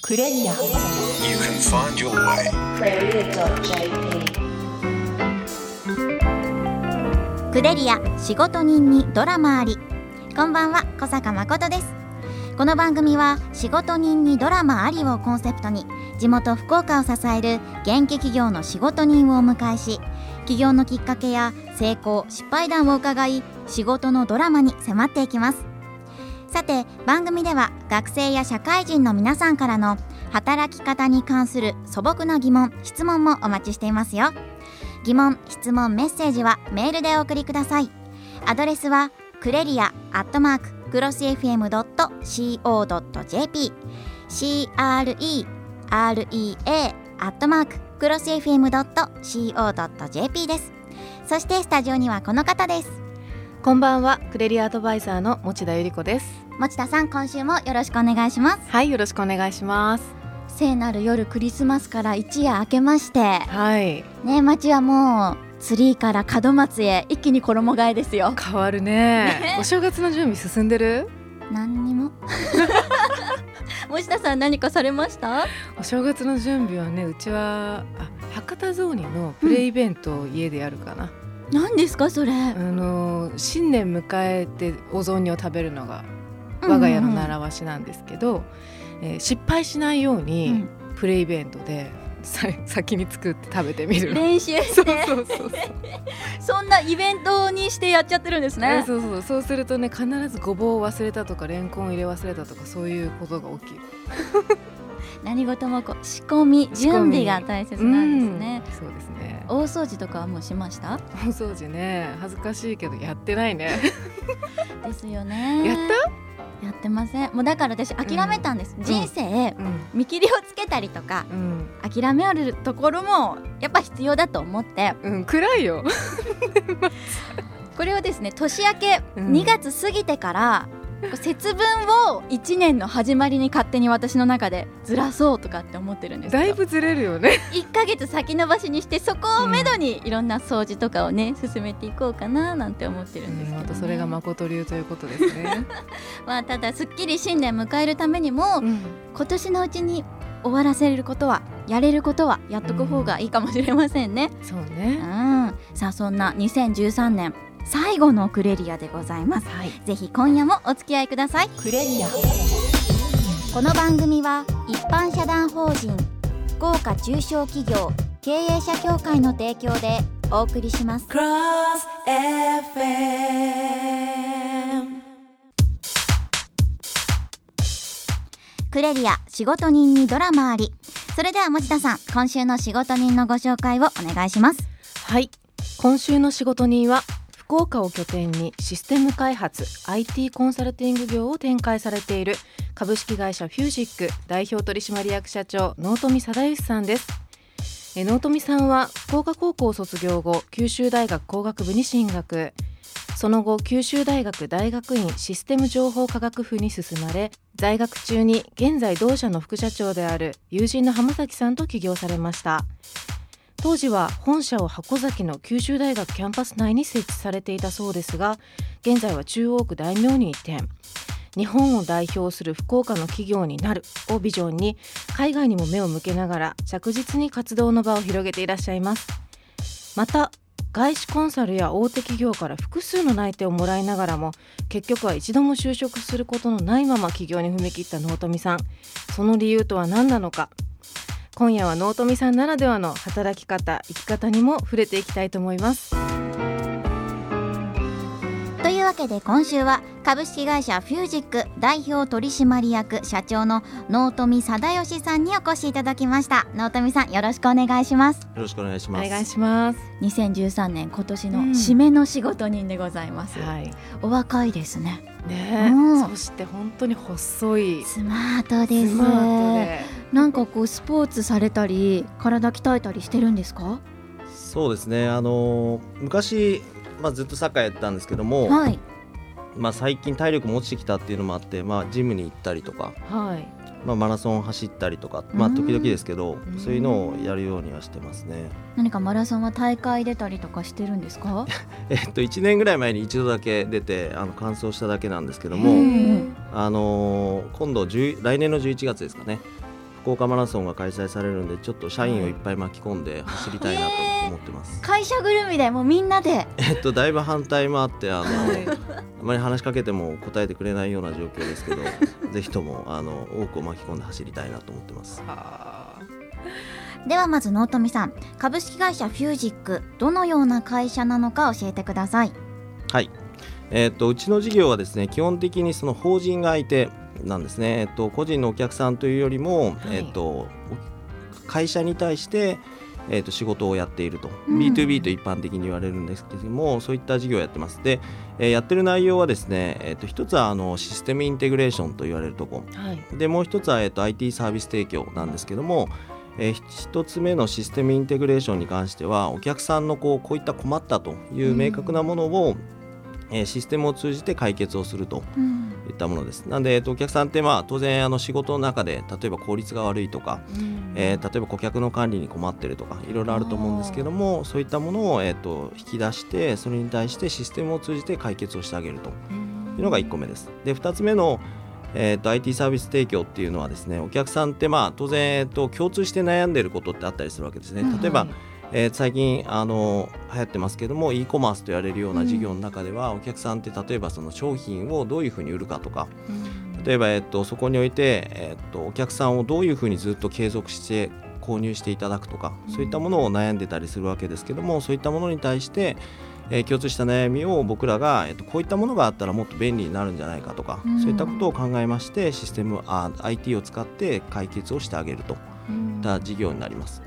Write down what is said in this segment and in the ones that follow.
クレリア You can find your way. Clelia.jp クレリア仕事人にドラマあり。こんばんは、小坂誠です。この番組は仕事人にドラマありをコンセプトに、地元福岡を支える元気企業の仕事人をお迎えし、起業のきっかけや成功失敗談を伺い、仕事のドラマに迫っていきます。さて、番組では学生や社会人の皆さんからの働き方に関する素朴な疑問・質問もお待ちしていますよ。疑問・質問・メッセージはメールでお送りください。アドレスはクレリア@crossfm.co.jp CREREA@crossfm.co.jp です。そしてスタジオにはこの方です。 こんばんは、クレリアアドバイザーの持田由里子です。 持田さん、今週もよろしくお願いします。 はい、よろしくお願いします。 聖なる夜クリスマスから一夜明けまして、 はいね、街はもうツリーから門松へ一気に衣替えですよ。 変わるね。お正月の準備進んでる？ 何にも持田さん、何かされました？ お正月の準備はね、うちは博多雑煮のプレイベントを家でやるかな。 何ですかそれ？ 新年迎えてお雑煮を食べるのが我が家の習わしなんですけど、失敗しないようにプレイベントで先に作って食べてみる。 練習してそうそんなイベントにしてやっちゃってるんですね。 そうするとね、必ずごぼうを忘れたとかレンコンを入れ忘れたとか、そういうことが起きる。 何事も仕込み準備が大切なんですね。 そうですね。 大掃除とかはもうしました？ 大掃除ね、恥ずかしいけどやってないね。 ですよね。 やった？ やってません。もうだから私諦めたんです、人生、見切りをつけたりとか、諦めるところもやっぱ必要だと思って、 暗いよこれをですね、年明け2月過ぎてから、節分を1年の始まりに勝手に私の中でずらそうとかって思ってるんですけど、 だいぶずれるよね。 1ヶ月先延ばしにして、そこをめどにいろんな掃除とかをね進めていこうかななんて思ってるんですけど、ね。 またそれが誠流ということですね。 まあ、ただすっきり新年迎えるためにも、今年のうちに終わらせることは、やれることはやっとく方がいいかもしれませんね。 そうね。 さあ、そんな2013年最後のクレリアでございます。ぜひ今夜もお付き合いください。 クレリア。 この番組は一般社団法人福岡中小企業経営者協会の提供でお送りします。 Cross FM クレリア仕事人にドラマあり。それでは持田さん、今週の仕事人のご紹介をお願いします。 はい、今週の仕事人は福岡を拠点にシステム開発 IT コンサルティング業を展開されている株式会社フュージック代表取締役社長納富貞義さんです。納富さんは福岡高校卒業後、九州大学工学部に進学。その後、九州大学大学院システム情報科学部に進まれ、在学中に現在同社の副社長である友人の浜崎さんと起業されました。当時は本社を箱崎の九州大学キャンパス内に設置されていたそうですが、現在は中央区大名に移転。日本を代表する福岡の企業になるをビジョンに、海外にも目を向けながら着実に活動の場を広げていらっしゃいます。また、外資コンサルや大手企業から複数の内定をもらいながらも、結局は一度も就職することのないまま起業に踏み切った納富さん。その理由とは何なのか。今夜は納富さんならではの働き方、生き方にも触れていきたいと思います。 というわけで、今週は株式会社フュージック代表取締役社長の納富貞義さんにお越しいただきました。納富さん、よろしくお願いします。 よろしくお願いします。 お願いします。 2013年今年の締めの仕事人でございます。お若いですね。 そして本当に細いスマートです。 スマートで、 なんかこうスポーツされたり体鍛えたりしてるんですか？ そうですね、昔、ずっとサッカーやってたんですけども、最近体力も落ちてきたっていうのもあって、ジムに行ったりとか、マラソン走ったりとか、時々ですけど、そういうのをやるようにはしてますね。 何かマラソンは大会出たりとかしてるんですか ？1年ぐらい前に一度だけ出て完走しただけなんですけども、今度来年の11月ですかね、 福岡マラソンが開催されるんでちょっと社員をいっぱい巻き込んで走りたいなと思ってます、 会社ぐるみでもうみんなでだいぶ反対もあってあまり話しかけても答えてくれないような状況ですけどぜひとも多くを巻き込んで走りたいなと思ってます。 ではまず納富さん、株式会社フュージックどのような会社なのか教えてください。 はい、うちの事業はですね基本的にその法人が相手なんですね。個人のお客さんというよりも、会社に対して、仕事をやっていると、B2B と一般的に言われるんですけれども、そういった事業をやってます。で、やってる内容はですね、一つはシステムインテグレーションと言われるところ、でもう一つは、IT サービス提供なんですけども、一つ目のシステムインテグレーションに関してはお客さんのこういった困ったという明確なものを、システムを通じて解決をするといったものです。なので、お客さんって当然仕事の中で例えば効率が悪いとか、例えば顧客の管理に困ってるとかいろいろあると思うんですけども、そういったものを、引き出してそれに対してシステムを通じて解決をしてあげるというのが1個目です。で、2つ目のIT サービス提供っていうのはですね、お客さんって当然、共通して悩んでいることってあったりするわけですね。例えば、最近流行ってますけども e コマースと言われるような事業の中では、お客さんって例えばその商品をどういうふうに売るかとか、例えば、そこにおいて、お客さんをどういうふうにずっと継続して購入していただくとか、そういったものを悩んでたりするわけですけども、そういったものに対して共通した悩みを僕らが、こういったものがあったらもっと便利になるんじゃないかとか、そういったことを考えましてシステムIT を使って解決をしてあげるといった事業になります。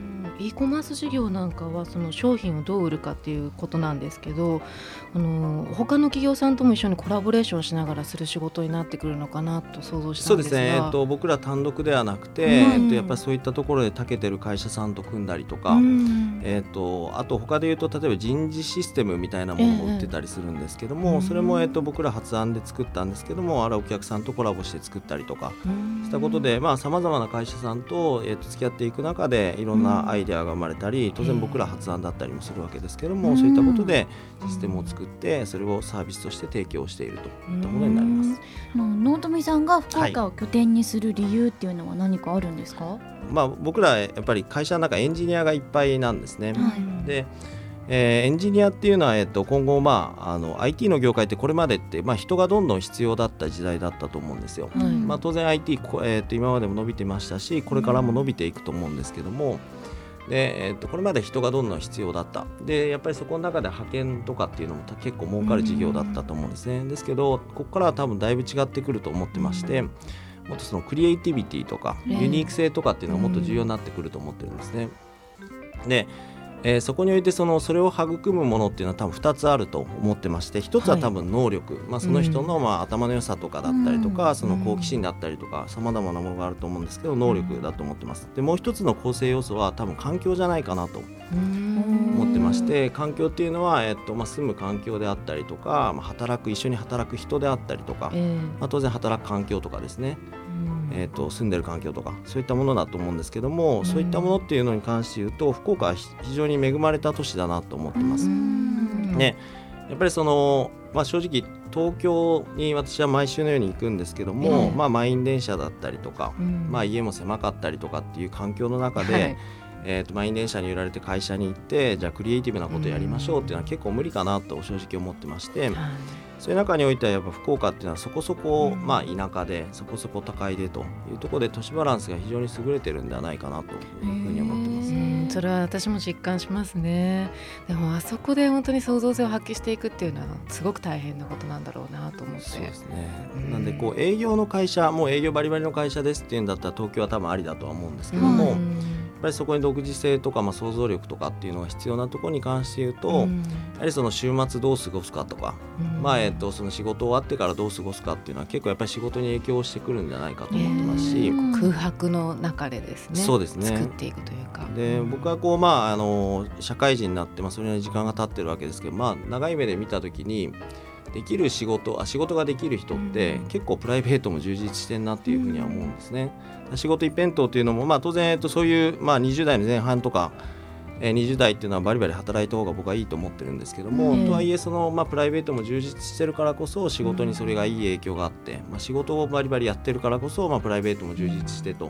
e コマース事業なんかはその商品をどう売るかっていうことなんですけど、他の企業さんとも一緒にコラボレーションしながらする仕事になってくるのかなと想像したんですが。 そうですね、僕ら単独ではなくて、やっぱりそういったところで長けてる会社さんと組んだりとか、あと他でいうと例えば人事システムみたいなものも売ってたりするんですけども、それも、僕ら発案で作ったんですけども、あれお客さんとコラボして作ったりとかしたことで、さまざまな会社さんと、付き合っていく中でいろんなアイデアが生まれたり、当然僕ら発案だったりもするわけですけども、そういったことでシステムを作ってそれをサービスとして提供しているといったものになります。 納富さんが福岡を拠点にする理由っていうのは何かあるんですか？ 僕らやっぱり会社の中エンジニアがいっぱいなんですね。で、エンジニアっていうのは、今後、IT の業界ってこれまでって、人がどんどん必要だった時代だったと思うんですよ。当然 IT、今までも伸びてましたし、これからも伸びていくと思うんですけども、でこれまで人がどんどん必要だった。でやっぱりそこの中で派遣とかっていうのも結構儲かる事業だったと思うんですね。ですけどここからは多分だいぶ違ってくると思ってまして、もっとそのクリエイティビティとかユニーク性とかっていうのがもっと重要になってくると思ってるんですね。でそこにおいてそれを育むものっていうのは多分2つあると思ってまして、1つは多分能力、その人の頭の良さとかだったりとか、その好奇心だったりとかさまざまなものがあると思うんですけど、能力だと思ってます。でもう1つの構成要素は多分環境じゃないかなと思ってまして、環境っていうのは、住む環境であったりとか、一緒に働く人であったりとか、当然働く環境とかですね、住んでる環境とかそういったものだと思うんですけども、そういったものっていうのに関して言うと福岡は非常に恵まれた都市だなと思ってます。ね、やっぱり正直東京に私は毎週のように行くんですけども、満員電車だったりとか、家も狭かったりとかっていう環境の中で、満員電車に揺られて会社に行ってじゃあクリエイティブなことをやりましょうっていうのは結構無理かなと正直思ってまして、そういう中においてはやっぱ福岡っていうのはそこそこ、田舎でそこそこ高いでというところで都市バランスが非常に優れてるんではないかなというふうに思ってます。 それは私も実感しますね。でもあそこで本当に創造性を発揮していくっていうのはすごく大変なことなんだろうなと思って。 そうですね。なんで営業の会社、もう営業バリバリの会社ですっていうんだったら東京は多分ありだとは思うんですけども、やっぱりそこに独自性とか、想像力とかっていうのが必要なところに関して言うと、やはりその週末どう過ごすかとか、その仕事終わってからどう過ごすかっていうのは結構やっぱり仕事に影響してくるんじゃないかと思ってますし、 空白の中でですね、 そうですね、 作っていくというか。 で僕は社会人になって、それなりに時間が経ってるわけですけど、長い目で見た時にできる仕事ができる人って結構プライベートも充実してんなっていうふうには思うんですね。仕事一辺倒っていうのも、当然、そういう、20代の前半とか、20代っていうのはバリバリ働いた方が僕はいいと思ってるんですけども、とはいえプライベートも充実してるからこそ仕事にそれがいい影響があって、仕事をバリバリやってるからこそ、プライベートも充実してと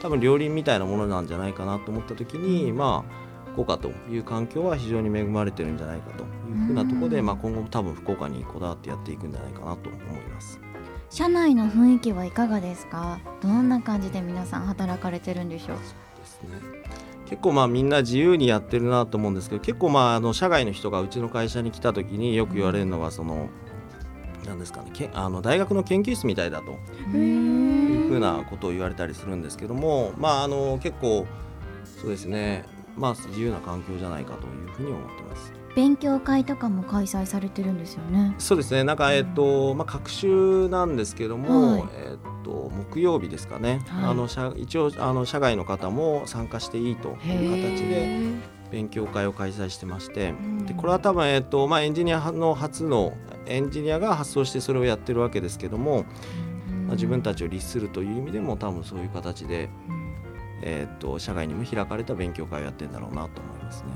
多分両輪みたいなものなんじゃないかなと思った時に、福岡という環境は非常に恵まれてるんじゃないかというふうなところで、今後多分福岡にこだわってやっていくんじゃないかなと思います。 社内の雰囲気はいかがですか？どんな感じで皆さん働かれてるんでしょう？ そうですね、結構みんな自由にやってるなと思うんですけど、結構社外の人がうちの会社に来た時によく言われるのはなんですかね、大学の研究室みたいだというふうなことを言われたりするんですけども、結構そうですね、自由な環境じゃないかというふうに思ってます。 勉強会とかも開催されてるんですよね。 そうですね、隔週なんですけども、木曜日ですかね、一応社外の方も参加していいという形で勉強会を開催してまして、でこれは多分、エンジニアの初のエンジニアが発想してそれをやってるわけですけども、自分たちを律するという意味でも多分そういう形で、社外にも開かれた勉強会をやってるんだろうなと思いますね。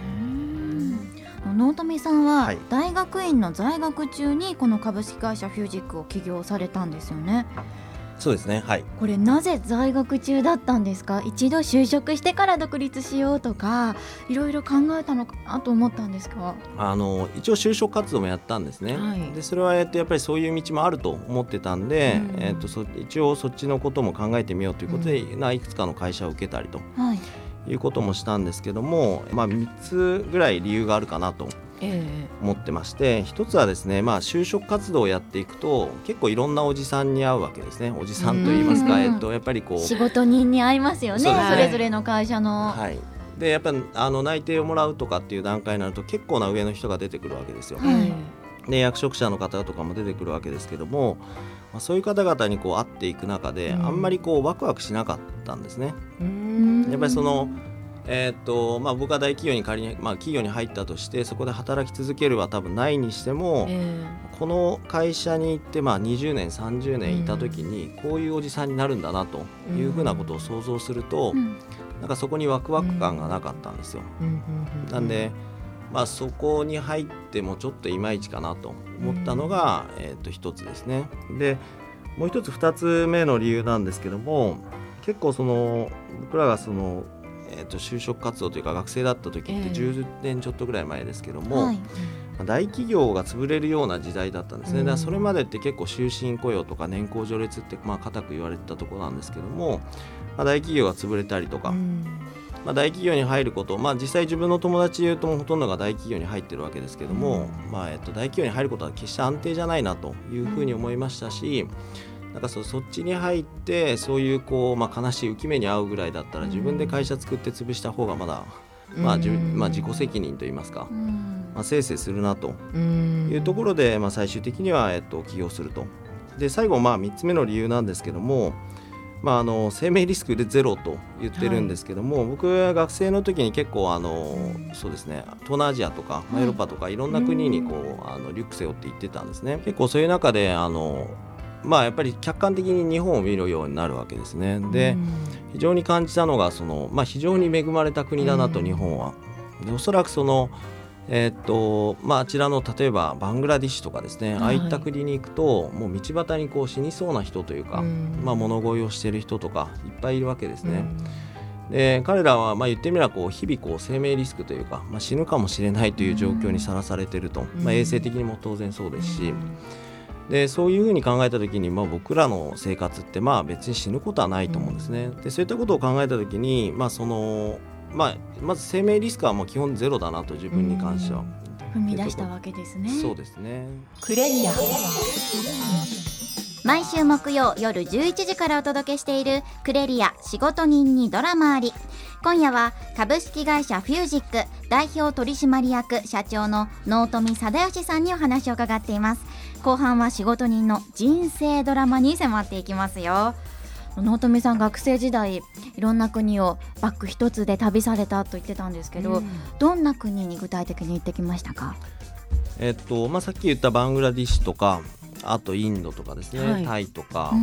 納富さんは大学院の在学中にこの株式会社フュージックを起業されたんですよね。 そうですね、はい。 これなぜ在学中だったんですか？一度就職してから独立しようとかいろいろ考えたのかなと思ったんですか？ 一応就職活動もやったんですね、でそれはやっぱりそういう道もあると思ってたんで、一応そっちのことも考えてみようということで、いくつかの会社を受けたりと、いうこともしたんですけども、3つぐらい理由があるかなと思ってまして、一つはですね、就職活動をやっていくと結構いろんなおじさんに会うわけですね。おじさんといいますか、やっぱり仕事人に会いますよね、それぞれの会社の。 でやっぱり内定をもらうとかっていう段階になると結構な上の人が出てくるわけですよ、で役職者の方とかも出てくるわけですけども、そういう方々に会っていく中で、あんまりワクワクしなかったんですね。やっぱり僕が大企業に仮に、企業に入ったとしてそこで働き続けるは多分ないにしても、この会社に行って、20年30年いた時にこういうおじさんになるんだなというふうなことを想像すると、なんかそこにワクワク感がなかったんですよ。なんでそこに入ってもちょっといまいちかなと思ったのが、一つですね。でもう一つ二つ目の理由なんですけども、結構僕らが就職活動というか学生だった時って10年ちょっとぐらい前ですけども、大企業が潰れるような時代だったんですね。だからそれまでって結構終身雇用とか年功序列って固く言われてたところなんですけども、大企業が潰れたりとか、大企業に入ること、実際自分の友達でいうとほとんどが大企業に入ってるわけですけども、大企業に入ることは決して安定じゃないなというふうに思いましたし、なんかそっちに入ってそういう悲しい浮き目に遭うぐらいだったら自分で会社作って潰した方がまだ、自己責任といいますか、せいせいするなというところで、最終的には起業すると。で最後3つ目の理由なんですけども、生命リスクでゼロと言ってるんですけども、僕は学生の時に結構そうですね、東南アジアとか、ヨーロッパとかいろんな国にリュック背負って行ってたんですね。結構そういう中でやっぱり客観的に日本を見るようになるわけですね。で非常に感じたのが非常に恵まれた国だなと、日本は。でおそらくあちらの例えばバングラディッシュとかですね、ああいった国に行くともう道端に死にそうな人というか、物乞いをしている人とかいっぱいいるわけですね。で彼らは言ってみれば日々生命リスクというか、死ぬかもしれないという状況にさらされていると、衛生的にも当然そうですし、でそういうふうに考えた時に、僕らの生活って別に死ぬことはないと思うんですね。でそういったことを考えた時に、まず生命リスクはもう基本ゼロだなと、自分に関しては踏み出したわけですね。 そうですね。 クレリア毎週木曜夜11時からお届けしているクレリア仕事人にドラマあり。今夜は株式会社フュージック代表取締役社長の納富貞義さんにお話を伺っています。後半は仕事人の人生ドラマに迫っていきますよ。納富さん、学生時代いろんな国をバッグ一つで旅されたと言ってたんですけど、どんな国に具体的に行ってきましたか？ さっき言ったバングラディッシュとか、あとインドとかですね、タイとか、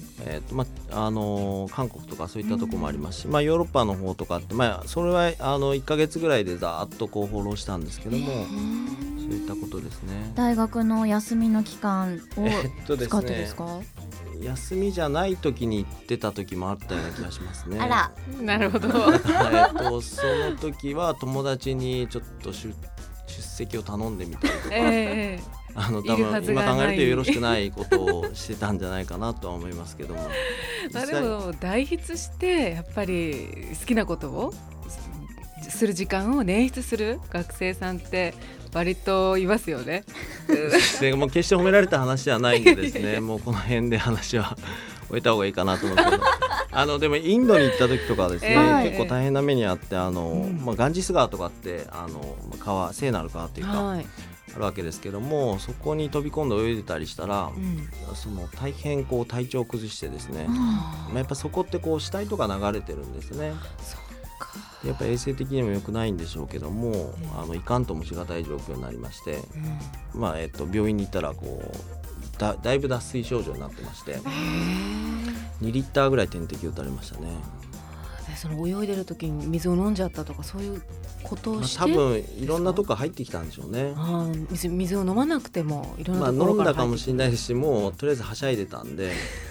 韓国とかそういったところもありますし、ヨーロッパの方とかって、それは1ヶ月ぐらいでざーっと放浪したんですけども、そういったことですね。 大学の休みの期間を使ってですか？ 休みじゃない時に行ってた時もあったような気がしますね。 あら、 なるほど。 その時は友達にちょっと出席を頼んでみたりとか、多分今考えるとよろしくないことをしてたんじゃないかなとは思いますけどもでも代筆してやっぱり好きなことをする時間を捻出する学生さんって割といますよね。 もう決して褒められた話ではないんでですねもうこの辺で話は終えた方がいいかなと思うけどでもインドに行った時とかはですね、結構大変な目にあってガンジス川とかって川、聖なる川っていうか、あるわけですけども、そこに飛び込んで泳いでたりしたら、その大変体調を崩してですね、やっぱそこって死体とか流れてるんですね。やっぱ衛生的にも良くないんでしょうけども、いかんともしがたい状況になりまして、病院に行ったらだいぶ脱水症状になってまして、2リッターぐらい点滴打たれましたね。 その泳いでる時に水を飲んじゃったとかそういうことをして、 多分いろんなとこ入ってきたんでしょうね。 水を飲まなくてもいろんなところから入ってきた、 飲んだかもしれないですし、もうとりあえずはしゃいでたんで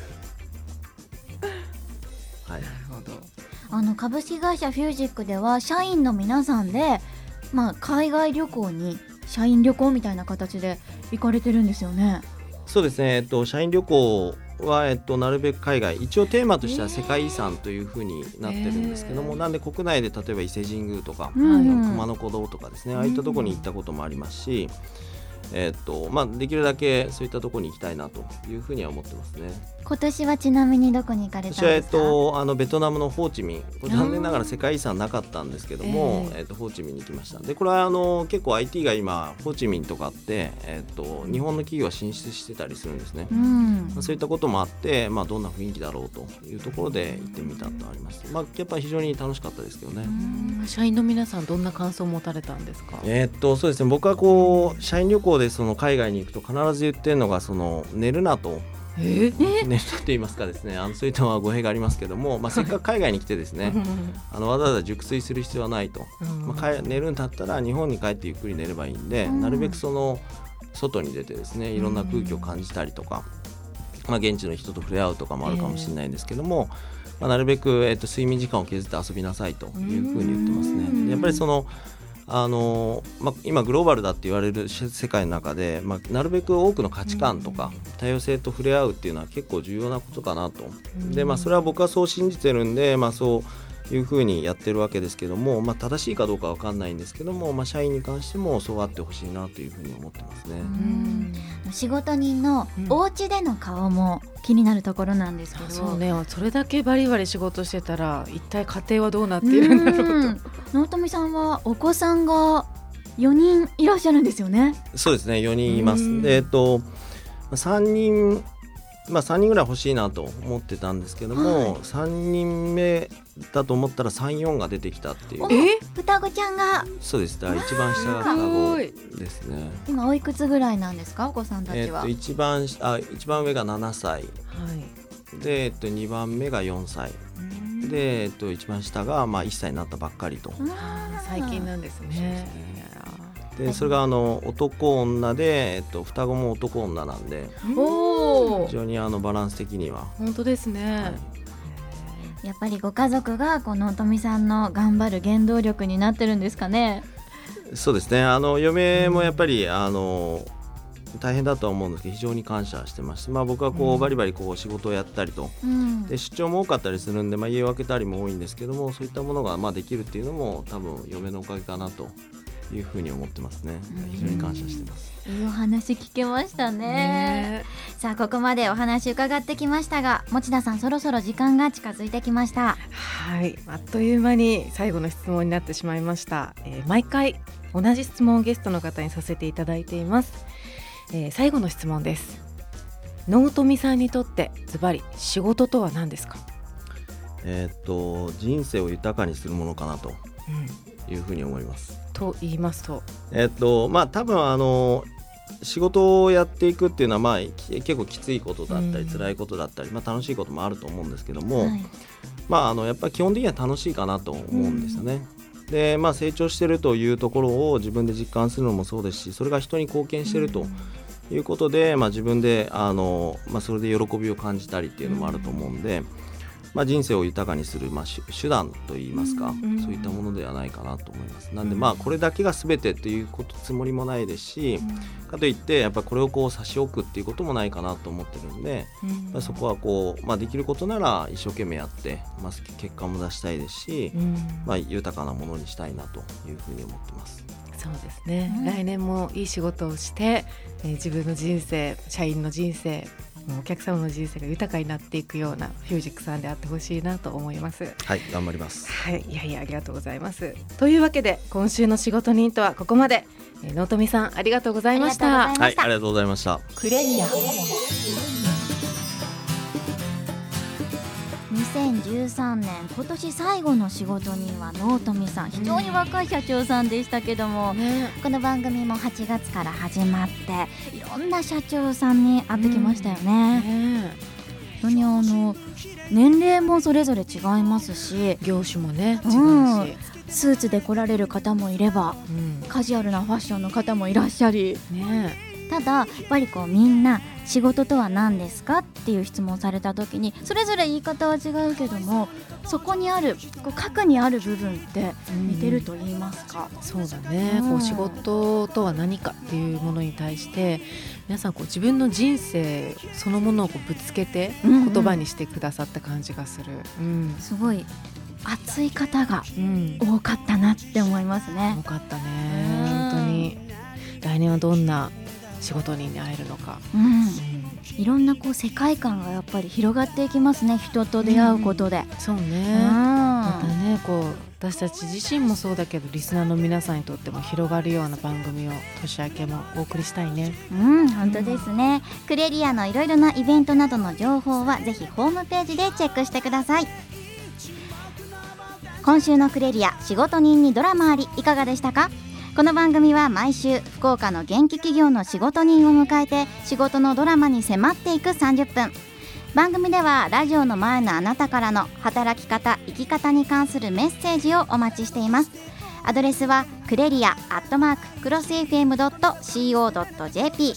はい、なるほど。株式会社フュージックでは社員の皆さんで、海外旅行に社員旅行みたいな形で行かれてるんですよね。 そうですね、社員旅行は、なるべく海外、一応テーマとしては世界遺産というふうになってるんですけども、なんで国内で例えば伊勢神宮とか、熊野古道とかですね、ああいったところに行ったこともありますし、できるだけそういったところに行きたいなというふうには思ってますね。 今年はちなみにどこに行かれたんですか？ 私はベトナムのホーチミン、これ残念ながら世界遺産なかったんですけども、ホーチミンに行きました。でこれは結構 IT が今ホーチミンとかって、日本の企業が進出してたりするんですね。そういったこともあって、どんな雰囲気だろうというところで行ってみたとあります。やっぱり非常に楽しかったですけどね。 社員の皆さんどんな感想を持たれたんですか？ そうですね、僕は社員旅行で海外に行くと必ず言ってるのが寝るなと。寝るなと言いますかですね、そういったのは語弊がありますけども、せっかく海外に来てですねわざわざ熟睡する必要はないと、寝るんだったら日本に帰ってゆっくり寝ればいいんで、なるべく外に出てですね、いろんな空気を感じたりとか、現地の人と触れ合うとかもあるかもしれないんですけども、なるべく、睡眠時間を削って遊びなさいというふうに言ってますね。やっぱり今グローバルだって言われる世界の中で、なるべく多くの価値観とか多様性と触れ合うっていうのは結構重要なことかなと。で、それは僕はそう信じてるんで、そういうふうにやってるわけですけども、正しいかどうかわかんないんですけども、社員に関してもそうあってほしいなというふうに思ってますね。 仕事人のお家での顔も気になるところなんですけど、 そうね、それだけバリバリ仕事してたら一体家庭はどうなっているんだろうと。 納富さんはお子さんが4人いらっしゃるんですよね。 そうですね、4人います。で、3人ぐらい欲しいなと思ってたんですけども、3人目だと思ったら 3,4 が出てきたっていう。 双子ちゃんが。そうです。 だから一番下が双子ですね。 今おいくつぐらいなんですか、お子さんたちは？ 一番上が7歳、で、2番目が4歳で、一番下が1歳になったばっかりと。 最近なんですね。 でそれが男女で、双子も男女なんで、非常にバランス的には本当ですね。 やっぱりご家族が納富さんの頑張る原動力になってるんですかね？ そうですね、嫁もやっぱり大変だとは思うんですけど、非常に感謝してますし、僕はバリバリ仕事をやったりと、で出張も多かったりするんで、家を空けたりも多いんですけども、そういったものができるっていうのも多分嫁のおかげかなというふうに思ってますね。非常に感謝してます。 いいお話聞けましたね。さあ、ここまでお話伺ってきましたが、持田さん、そろそろ時間が近づいてきました。 はい、あっという間に最後の質問になってしまいました。毎回同じ質問をゲストの方にさせていただいています。最後の質問です。納富さんにとってズバリ仕事とは何ですか？ 人生を豊かにするものかなというふうに思います。 と言いますと、 多分仕事をやっていくっていうのは、結構きついことだったり、辛いことだったり、楽しいこともあると思うんですけども、やっぱり基本的には楽しいかなと思うんですよね。で、成長してるというところを自分で実感するのもそうですし、それが人に貢献してるということで、自分でそれで喜びを感じたりっていうのもあると思うんで、人生を豊かにする、手段といいますか、そういったものではないかなと思います。なんでこれだけが全てっていうつもりもないですし、かといってやっぱりこれをこう差し置くっていうこともないかなと思ってるんで、そこはこう、できることなら一生懸命やって、結果も出したいですし、豊かなものにしたいなというふうに思ってます。 そうですね、来年もいい仕事をして、自分の人生、社員の人生、お客様の人生が豊かになっていくようなフュージックさんであってほしいなと思います。 はい、頑張ります。 はい、ありがとうございます。というわけで今週の仕事人とはここまで。納富さん、ありがとうございました。 はい、ありがとうございました。 クレリア2013年今年最後の仕事人は納富さん、非常に若い社長さんでしたけども、この番組も8月から始まっていろんな社長さんに会ってきましたよね。本当に年齢もそれぞれ違いますし、 業種もね違うし、 スーツで来られる方もいれば、カジュアルなファッションの方もいらっしゃり、ただやっぱりみんな仕事とは何ですかっていう質問をされた時に、それぞれ言い方は違うけども、そこにある核にある部分って似てると言いますか。 そうだね、仕事とは何かっていうものに対して皆さん自分の人生そのものをぶつけて言葉にしてくださった感じがする。 すごい熱い方が多かったなって思いますね。 多かったね、本当に。来年はどんな仕事人に会えるのか、 いろんな世界観がやっぱり広がっていきますね、人と出会うことで。 そうね、またね私たち自身もそうだけどリスナーの皆さんにとっても広がるような番組を年明けもお送りしたいね。 本当ですね。クレリアのいろいろなイベントなどの情報はぜひホームページでチェックしてください。今週のクレリア仕事人にドラマあり、いかがでしたか？この番組は毎週福岡の元気企業の仕事人を迎えて仕事のドラマに迫っていく30分。番組ではラジオの前のあなたからの働き方、生き方に関するメッセージをお待ちしています。アドレスはクレリア@crossfm.co.jp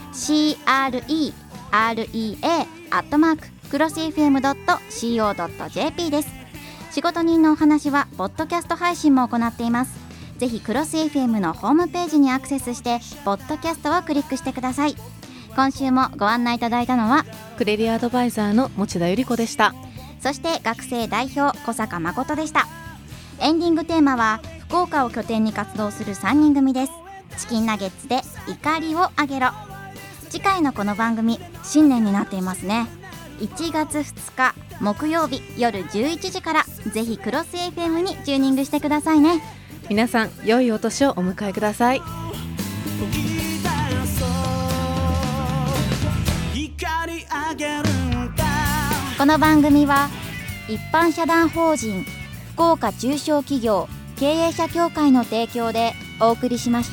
CREREA@crossfm.co.jp です。仕事人のお話はポッドキャスト配信も行っています。ぜひクロス FM のホームページにアクセスしてポッドキャストをクリックしてください。今週もご案内いただいたのはクレリアアドバイザーの持田由里子でした。 そして学生代表小坂誠でした。エンディングテーマは福岡を拠点に活動する3人組です。チキンナゲッツで怒りをあげろ。次回のこの番組新年になっていますね。1月2日木曜日夜11時からぜひクロス FM にチューニングしてくださいね。 皆さん良いお年をお迎えください。 この番組は一般社団法人福岡中小企業経営者協会の提供でお送りしました。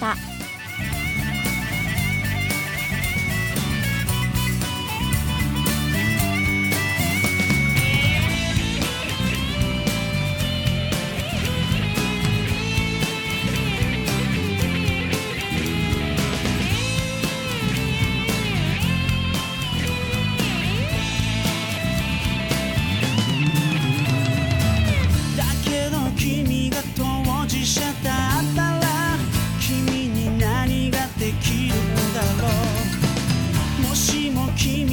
君